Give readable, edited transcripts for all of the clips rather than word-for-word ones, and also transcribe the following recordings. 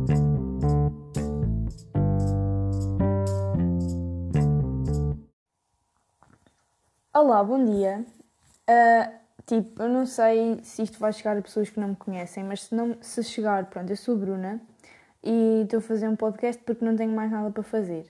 Olá, bom dia. Eu não sei se isto vai chegar a pessoas que não me conhecem, mas se chegar, pronto, eu sou a Bruna e estou a fazer um podcast porque não tenho mais nada para fazer.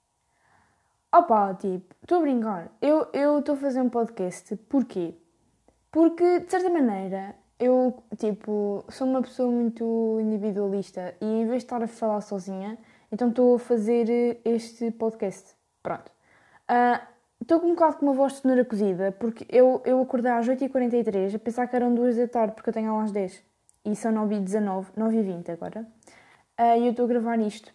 Estou a brincar. Eu estou a fazer um podcast, porquê? Porque, de certa maneira, sou uma pessoa muito individualista e em vez de estar a falar sozinha, então estou a fazer este podcast. Pronto. Estou com um bocado com uma voz de cenoura cozida, porque eu acordei às 8h43 a pensar que eram 2 da tarde, porque eu tenho aula às 10. E são 9h19, 9h20 agora. E eu estou a gravar isto.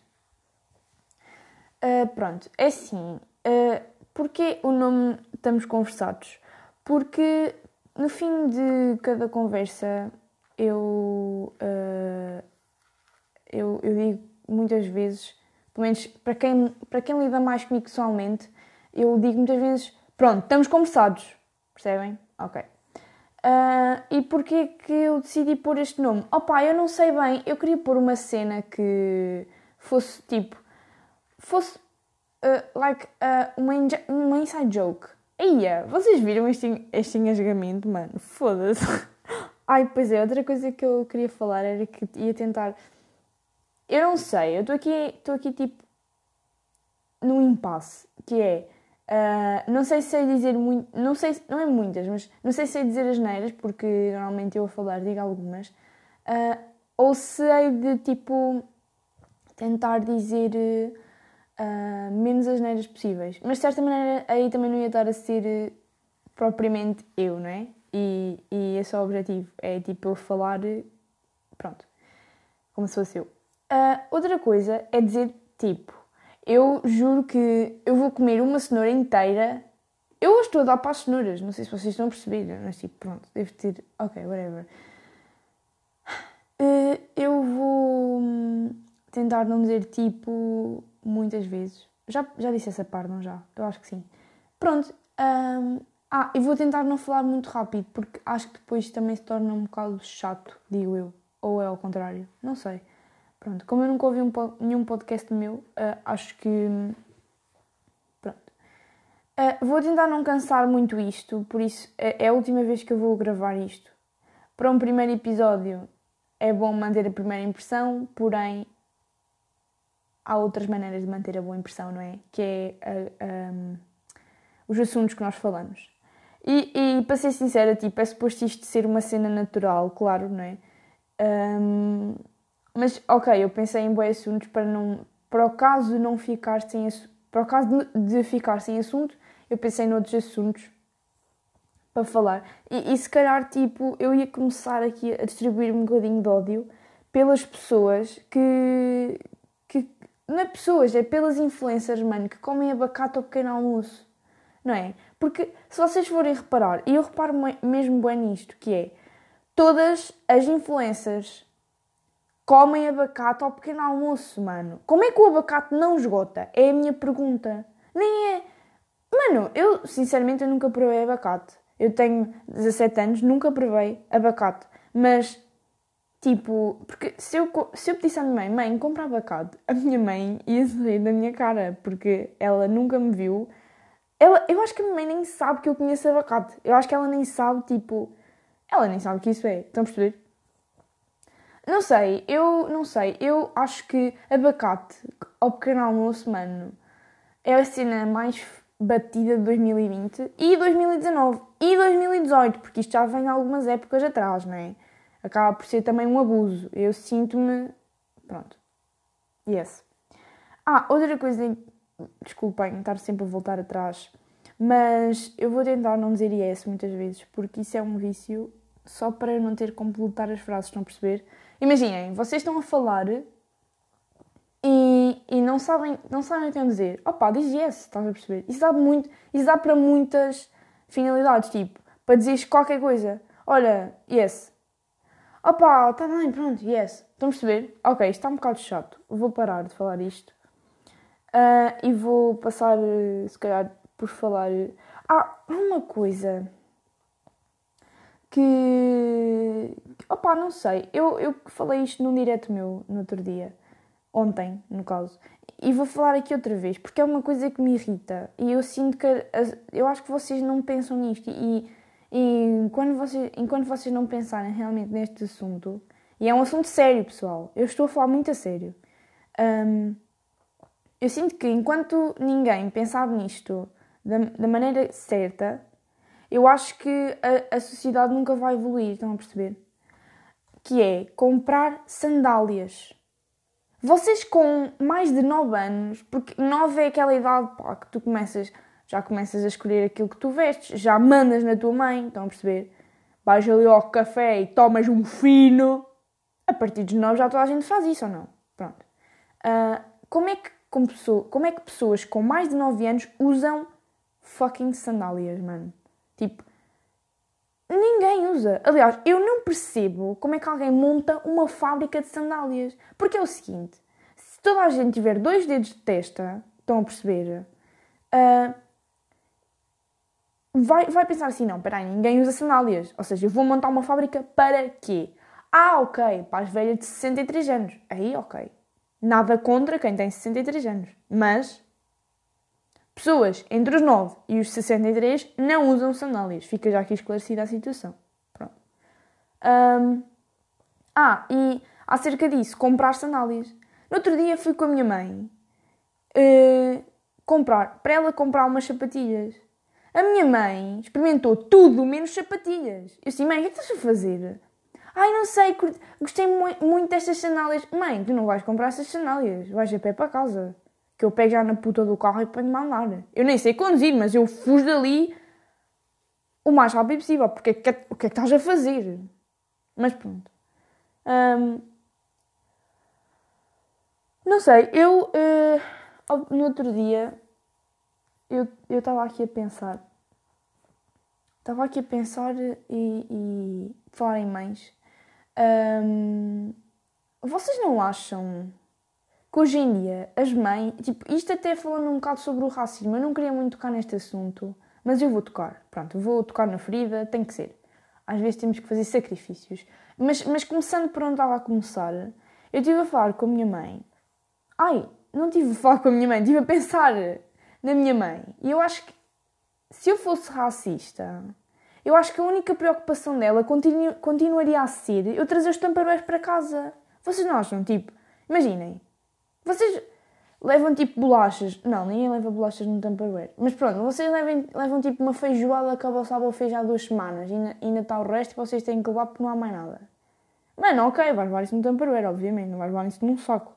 Pronto, é assim. Porquê o nome Estamos Conversados? Porque no fim de cada conversa eu digo muitas vezes, pelo menos para quem lida mais comigo pessoalmente, eu digo muitas vezes, pronto, estamos conversados, percebem? Ok. E porquê que eu decidi pôr este nome? Eu não sei bem, eu queria pôr uma cena que fosse uma inside joke. Eia, vocês viram este engasgamento, mano? Foda-se. Pois é, outra coisa que eu queria falar era que ia tentar... Eu não sei, eu estou aqui tipo num impasse, que é... não sei se sei dizer muito... Não sei, não é muitas, mas não sei se sei dizer asneiras, porque normalmente eu a falar digo algumas. Ou sei de, tipo, tentar dizer menos asneiras possíveis. Mas de certa maneira aí também não ia estar a ser propriamente eu, não é? E esse é o objetivo. É tipo eu falar, pronto, como se fosse eu. Outra coisa é dizer tipo, eu juro que eu vou comer uma cenoura inteira. Eu hoje estou a dar para as cenouras, não sei se vocês estão a perceber, mas tipo, pronto, devo ter. Ok, whatever. Eu vou tentar não dizer tipo muitas vezes. Já disse essa parte, não já? Eu acho que sim. Pronto. E vou tentar não falar muito rápido, porque acho que depois também se torna um bocado chato, digo eu. Ou é ao contrário, não sei. Pronto, como eu nunca ouvi nenhum podcast meu, acho que... Pronto. Vou tentar não cansar muito isto, por isso é a última vez que eu vou gravar isto. Para um primeiro episódio é bom manter a primeira impressão, porém há outras maneiras de manter a boa impressão, não é? Que é os assuntos que nós falamos. E para ser sincera, tipo, é suposto isto ser uma cena natural, claro, não é? Mas, ok, eu pensei em bons assuntos para o caso de não ficar sem para o caso de ficar sem assunto, eu pensei noutros assuntos para falar. E se calhar, tipo, eu ia começar aqui a distribuir um bocadinho de ódio pelas pessoas que não é pessoas, é pelas influencers, mano, que comem abacate ao pequeno almoço. Não é? Porque se vocês forem reparar, e eu reparo mesmo bem nisto, que é, todas as influencers comem abacate ao pequeno almoço, mano. Como é que o abacate não esgota? É a minha pergunta. Nem é... Mano, eu, sinceramente, eu nunca provei abacate. Eu tenho 17 anos, nunca provei abacate. Mas, tipo... Porque se eu pedisse à minha mãe, compra abacate, a minha mãe ia sair da minha cara. Porque ela nunca me viu. Eu acho que a minha mãe nem sabe que eu conheço abacate. Eu acho que ela nem sabe, tipo... Ela nem sabe o que isso é. Estão a perceber? Não sei, eu acho que abacate ao pequeno almoço, mano, é a cena mais batida de 2020 e 2019 e 2018, porque isto já vem há algumas épocas atrás, não é? Acaba por ser também um abuso. Eu sinto-me... Pronto. Yes. Outra coisa... Desculpem estar sempre a voltar atrás, mas eu vou tentar não dizer yes muitas vezes, porque isso é um vício só para eu não ter como completar as frases, estão a perceber? Imaginem, vocês estão a falar e não sabem o que é dizer. Diz yes, estás a perceber? Isso dá para muitas finalidades, tipo, para dizeres qualquer coisa. Olha, yes. Está bem, pronto, yes. Estão a perceber? Ok, isto está um bocado chato. Vou parar de falar isto. E vou passar, se calhar, por falar... Há uma coisa que... não sei. Eu falei isto num direto meu, no outro dia. ontem, no caso. E vou falar aqui outra vez, porque é uma coisa que me irrita. E eu sinto que... Eu acho que vocês não pensam nisto. E enquanto vocês não pensarem realmente neste assunto... E é um assunto sério, pessoal. Eu estou a falar muito a sério. Eu sinto que enquanto ninguém pensar nisto da maneira certa, eu acho que a sociedade nunca vai evoluir, estão a perceber? Que é comprar sandálias. Vocês com mais de 9 anos, porque 9 é aquela idade pá, que tu já começas a escolher aquilo que tu vestes, já mandas na tua mãe, estão a perceber? Vais ali ao café e tomas um fino. A partir dos 9 já toda a gente faz isso ou não? Pronto. Como é que pessoas com mais de 9 anos usam fucking sandálias, mano? Tipo, ninguém usa. Aliás, eu não percebo como é que alguém monta uma fábrica de sandálias. Porque é o seguinte, se toda a gente tiver 2 dedos de testa, estão a perceber, vai pensar assim, não, peraí, ninguém usa sandálias. Ou seja, eu vou montar uma fábrica para quê? Ok, para as velhas de 63 anos. Aí, ok. Nada contra quem tem 63 anos. Mas pessoas entre os 9 e os 63 não usam sandálias. Fica já aqui esclarecida a situação. Pronto. E acerca disso, comprar sandálias. No outro dia fui com a minha mãe para ela comprar umas sapatilhas. A minha mãe experimentou tudo menos sapatilhas. Eu disse, mãe, o que é que estás a fazer? Ai, não sei, gostei muito destas sandálias. Mãe, tu não vais comprar essas sandálias. Vais a pé para casa. Que eu pego já na puta do carro e ponho-me a andar. Eu nem sei conduzir, mas eu fujo dali o mais rápido possível. Porque o que é que estás a fazer? Mas pronto. Não sei, no outro dia eu estava aqui a pensar. Estava aqui a pensar e falar em mães. Vocês não acham que hoje em dia as mães... Tipo, isto até falando um bocado sobre o racismo. Eu não queria muito tocar neste assunto, mas eu vou tocar. Pronto, eu vou tocar na ferida, tem que ser. Às vezes temos que fazer sacrifícios. Mas começando por onde estava a começar, eu estive a falar com a minha mãe. Não estive a falar com a minha mãe, estive a pensar na minha mãe. E eu acho que se eu fosse racista... Eu acho que a única preocupação dela continuaria a ser eu trazer os tupperwares para casa. Vocês não acham? Tipo, imaginem. Vocês levam tipo bolachas. Não, ninguém leva bolachas no tupperware. Mas pronto, vocês levam tipo uma feijoada que a vossa avó fez há 2 semanas e ainda está o resto e vocês têm que levar porque não há mais nada. Mano, ok, vais levar isso no tupperware, obviamente. Não vais levar isso num saco.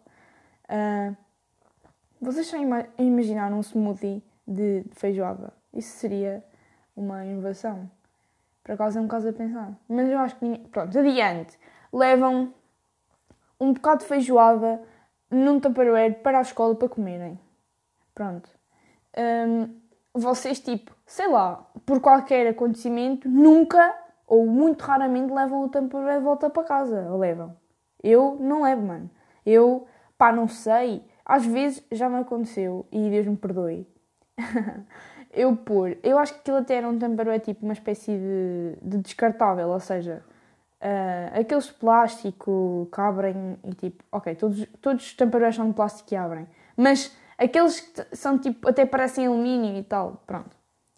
Vocês já imaginaram um smoothie de feijoada? Isso seria uma inovação. Por acaso é um caso a pensar. Mas eu acho que... Pronto, adiante. Levam um bocado de feijoada num tupperware para a escola para comerem. Pronto. Vocês, tipo, sei lá, por qualquer acontecimento, nunca ou muito raramente levam o tupperware de volta para casa. Ou levam. Eu não levo, mano. Eu, não sei. Às vezes já me aconteceu, e Deus me perdoe. Eu acho que aquilo até era um tupperware tipo uma espécie de descartável, ou seja, aqueles de plástico que abrem e tipo, ok, todos os tupperwares são de plástico e abrem, mas aqueles que são tipo, até parecem alumínio e tal, pronto.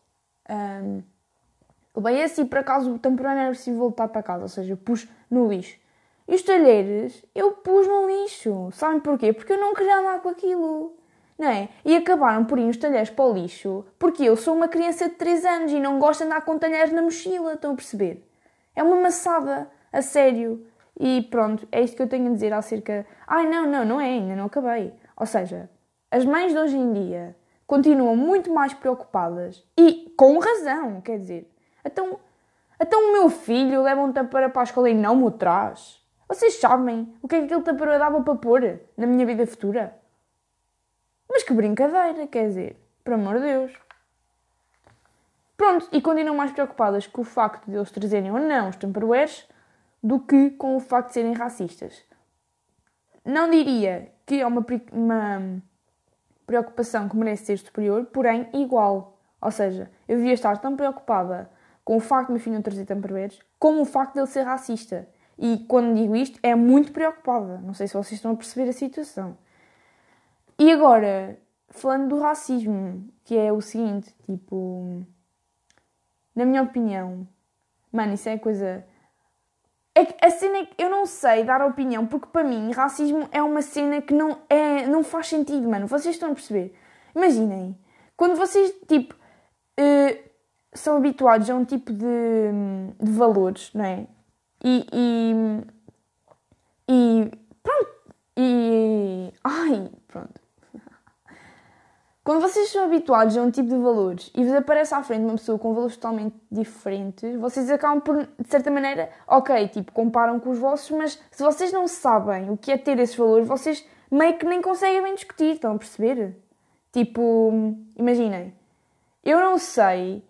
Bem, esse e por acaso o tupperware era preciso voltar para casa, ou seja, eu pus no lixo. E os talheres, eu pus no lixo. Sabem porquê? Porque eu não queria andar com aquilo. Não é? E acabaram por ir os talheres para o lixo porque eu sou uma criança de 3 anos e não gosto de andar com talheres na mochila, estão a perceber? É uma maçada, a sério. E pronto, é isto que eu tenho a dizer acerca... não é, ainda não acabei. Ou seja, as mães de hoje em dia continuam muito mais preocupadas e com razão, quer dizer. Então o meu filho leva um tupperware para a escola e não me o traz. Vocês sabem o que é que aquele tupperware dava para pôr na minha vida futura? Mas que brincadeira, quer dizer, por amor de Deus. Pronto, e continuam mais preocupadas com o facto de eles trazerem ou não os tupperwares do que com o facto de serem racistas. Não diria que é uma preocupação que merece ser superior, porém igual. Ou seja, eu devia estar tão preocupada com o facto de meu filho não trazer tupperwares como o facto de ele ser racista. E quando digo isto, é muito preocupada. Não sei se vocês estão a perceber a situação. E agora, falando do racismo, que é o seguinte, tipo... Na minha opinião, mano, isso é coisa... É que a cena é que eu não sei dar opinião, porque para mim, racismo é uma cena que não faz sentido, mano. Vocês estão a perceber? Imaginem, quando vocês, tipo, são habituados a um tipo de valores, não é? E pronto. Ai, pronto. Quando vocês são habituados a um tipo de valores e vos aparece à frente uma pessoa com valores totalmente diferentes, vocês acabam por, de certa maneira, ok, tipo, comparam com os vossos, mas se vocês não sabem o que é ter esses valores, vocês meio que nem conseguem bem discutir, estão a perceber? Tipo, imaginem, eu não sei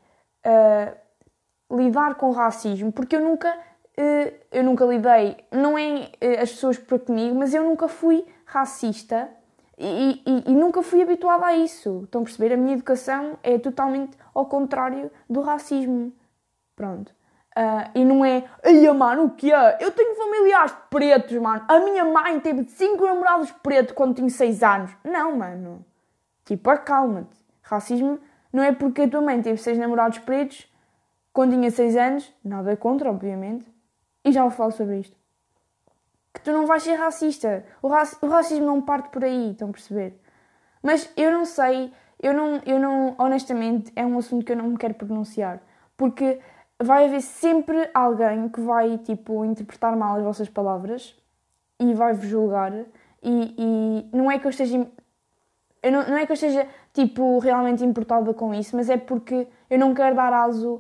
lidar com racismo porque eu nunca lidei, não é as pessoas para comigo, mas eu nunca fui racista. E nunca fui habituada a isso. Estão a perceber? A minha educação é totalmente ao contrário do racismo. Pronto. E não é... Ai, mano, o que é? Eu tenho familiares pretos, mano. A minha mãe teve 5 namorados pretos quando tinha 6 anos. Não, mano. Tipo, acalma-te. Racismo não é porque a tua mãe teve 6 namorados pretos quando tinha 6 anos. Nada contra, obviamente. E já vou falar sobre isto. Que tu não vais ser racista. O racismo não parte por aí, estão a perceber? Mas eu não sei, eu não, honestamente, é um assunto que eu não me quero pronunciar. Porque vai haver sempre alguém que vai, tipo, interpretar mal as vossas palavras e vai-vos julgar. E não é que eu esteja... não é que eu esteja, tipo, realmente importada com isso, mas é porque eu não quero dar aso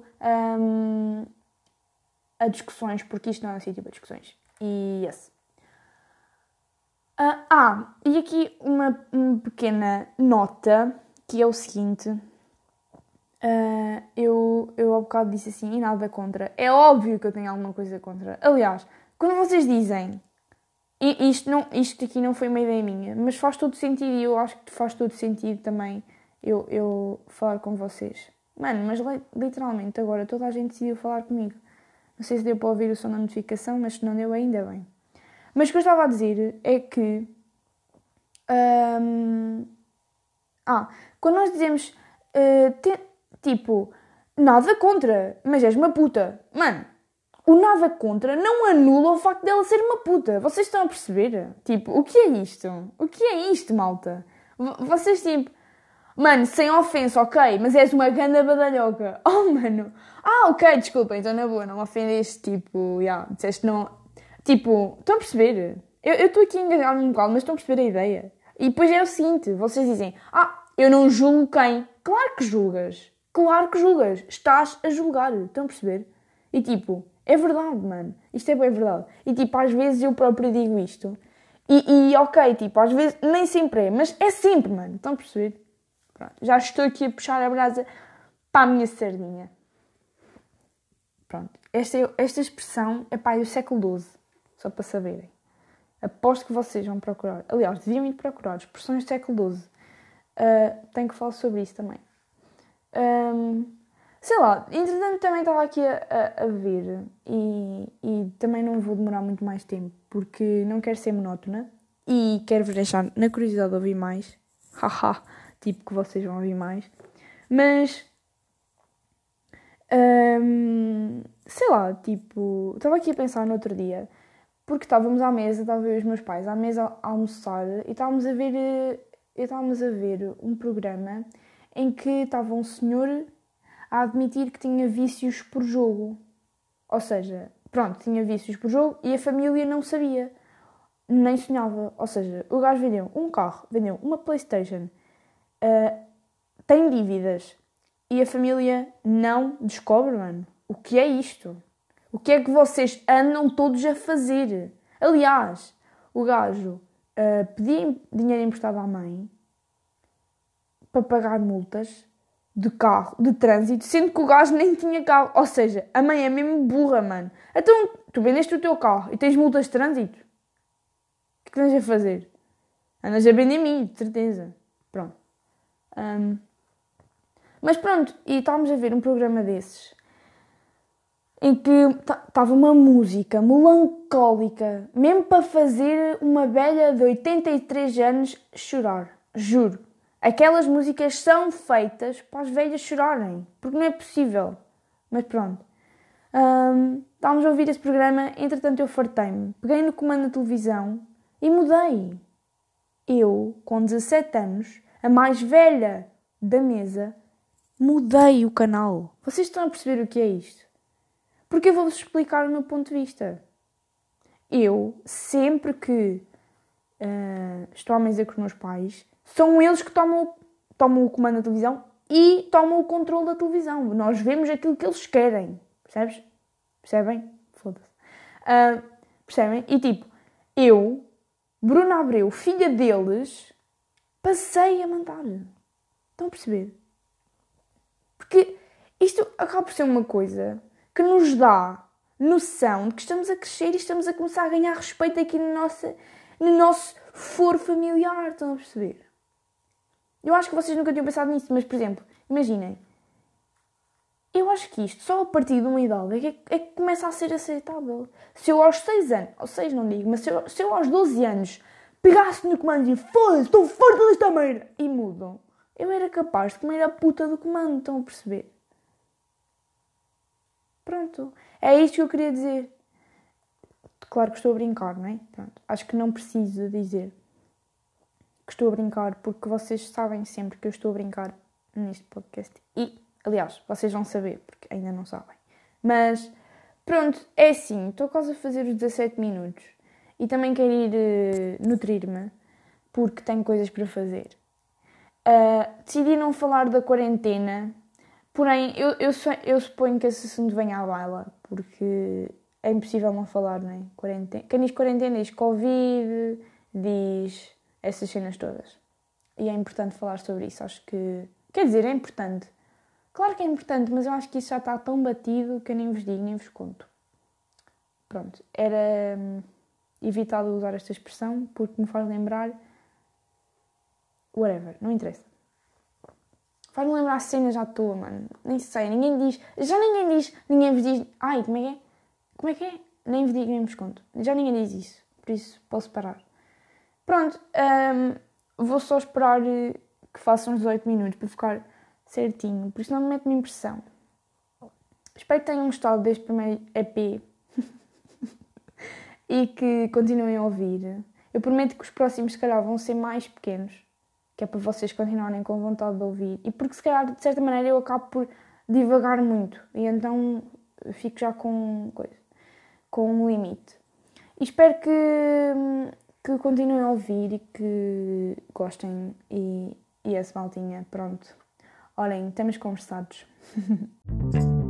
a discussões, porque isto não é assim, tipo, a discussões. E yes. E aqui uma pequena nota, que é o seguinte. Eu há bocado disse assim, e nada contra. É óbvio que eu tenho alguma coisa contra. Aliás, quando vocês dizem... isto aqui não foi uma ideia minha, mas faz todo sentido, e eu acho que faz todo sentido também eu falar com vocês. Mano, mas literalmente agora toda a gente decidiu falar comigo. Não sei se deu para ouvir o som da notificação, mas se não deu, ainda bem. Mas o que eu estava a dizer é que... quando nós dizemos... tipo... Nada contra, mas és uma puta. Mano, o nada contra não anula o facto dela ser uma puta. Vocês estão a perceber? Tipo, o que é isto? O que é isto, malta? Vocês, tipo... Mano, sem ofensa, ok, mas és uma ganda badalhoca. Oh, mano. Ok, desculpa, então na boa, não me ofendeste, tipo... disseste não... Tipo, estão a perceber? Eu estou aqui a engajar-me um bocado, mas estão a perceber a ideia. E depois é o seguinte, vocês dizem... eu não julgo quem? Claro que julgas. Claro que julgas. Estás a julgar. Estão a perceber? E tipo, é verdade, mano. Isto é bem verdade. E tipo, às vezes eu próprio digo isto. E ok, tipo, às vezes nem sempre é. Mas é sempre, mano. Estão a perceber? Pronto. Já estou aqui a puxar a brasa para a minha sardinha. Pronto. Esta expressão é do século XII. Só para saberem. Aposto que vocês vão procurar. Aliás, deviam ir procurar. Expressões do século XII. Tenho que falar sobre isso também. Sei lá, entretanto também estava aqui a ver e também não vou demorar muito mais tempo porque não quero ser monótona e quero-vos deixar na curiosidade de ouvir mais. Haha, tipo que vocês vão ouvir mais. Mas, sei lá, tipo, estava aqui a pensar no outro dia porque estávamos à mesa, estava eu e os meus pais à mesa a almoçar e estávamos a ver um programa em que estava um senhor a admitir que tinha vícios por jogo. Ou seja, pronto, tinha vícios por jogo e a família não sabia. Nem sonhava. Ou seja, o gajo vendeu um carro, vendeu uma PlayStation, tem dívidas e a família não descobre, mano. O que é isto? O que é que vocês andam todos a fazer? Aliás, o gajo pedia dinheiro emprestado à mãe para pagar multas de carro, de trânsito, sendo que o gajo nem tinha carro. Ou seja, a mãe é mesmo burra, mano. Então, tu vendeste o teu carro e tens multas de trânsito? O que andas a fazer? Andas a vender mim, de certeza. Pronto. Mas pronto, e estávamos a ver um programa desses. em que estava uma música melancólica, mesmo para fazer uma velha de 83 anos chorar. Juro. Aquelas músicas são feitas para as velhas chorarem, porque não é possível. Mas pronto. Estávamos a ouvir esse programa, entretanto eu fartei-me. Peguei no comando da televisão e mudei. Eu, com 17 anos, a mais velha da mesa, mudei o canal. Vocês estão a perceber o que é isto? Porque eu vou-vos explicar o meu ponto de vista. Eu, sempre que estou à mesa com os meus pais, são eles que tomam o comando da televisão e tomam o controle da televisão. Nós vemos aquilo que eles querem. Percebes? Percebem? Foda-se. Percebem? E tipo, eu, Bruna Abreu, filha deles, passei a mandar. Estão a perceber? Porque isto acaba por ser uma coisa que nos dá noção de que estamos a crescer e estamos a começar a ganhar respeito aqui no nosso foro familiar. Estão a perceber? Eu acho que vocês nunca tinham pensado nisso, mas, por exemplo, imaginem. Eu acho que isto, só a partir de uma idade, é que começa a ser aceitável. Se eu aos 6 anos, aos 6 não digo, mas se eu aos 12 anos pegasse no comando e foda-se, estou farta desta merda, e mudam, eu era capaz de comer a puta do comando, estão a perceber? Pronto, é isto que eu queria dizer. Claro que estou a brincar, não é? Pronto, acho que não preciso dizer que estou a brincar, porque vocês sabem sempre que eu estou a brincar neste podcast. E, aliás, vocês vão saber, porque ainda não sabem. Mas, pronto, é assim, estou quase a fazer os 17 minutos. E também quero ir nutrir-me, porque tenho coisas para fazer. Decidi não falar da quarentena, porém, eu suponho que esse assunto venha à baila, porque é impossível não falar, não é? Quarentena. Quem diz quarentena diz Covid, diz essas cenas todas. E é importante falar sobre isso, acho que... Quer dizer, é importante. Claro que é importante, mas eu acho que isso já está tão batido que eu nem vos digo, nem vos conto. Pronto, era evitado usar esta expressão porque me faz lembrar... Whatever, não interessa. Faz-me lembrar cenas à toa, mano. Nem sei, ninguém diz... Já ninguém diz... Ninguém vos diz... Ai, como é que é? Como é que é? Nem vos digo, nem vos conto. Já ninguém diz isso. Por isso, posso parar. Pronto, vou só esperar que façam uns 18 minutos para ficar certinho. Por isso não me mete-me impressão. Espero que tenham gostado deste primeiro EP. E que continuem a ouvir. Eu prometo que os próximos, se calhar, vão ser mais pequenos. Que é para vocês continuarem com vontade de ouvir. E porque, se calhar, de certa maneira, eu acabo por divagar muito. E então fico já com um limite. E espero que continuem a ouvir e que gostem. E essa maltinha, pronto. Olhem, estamos conversados.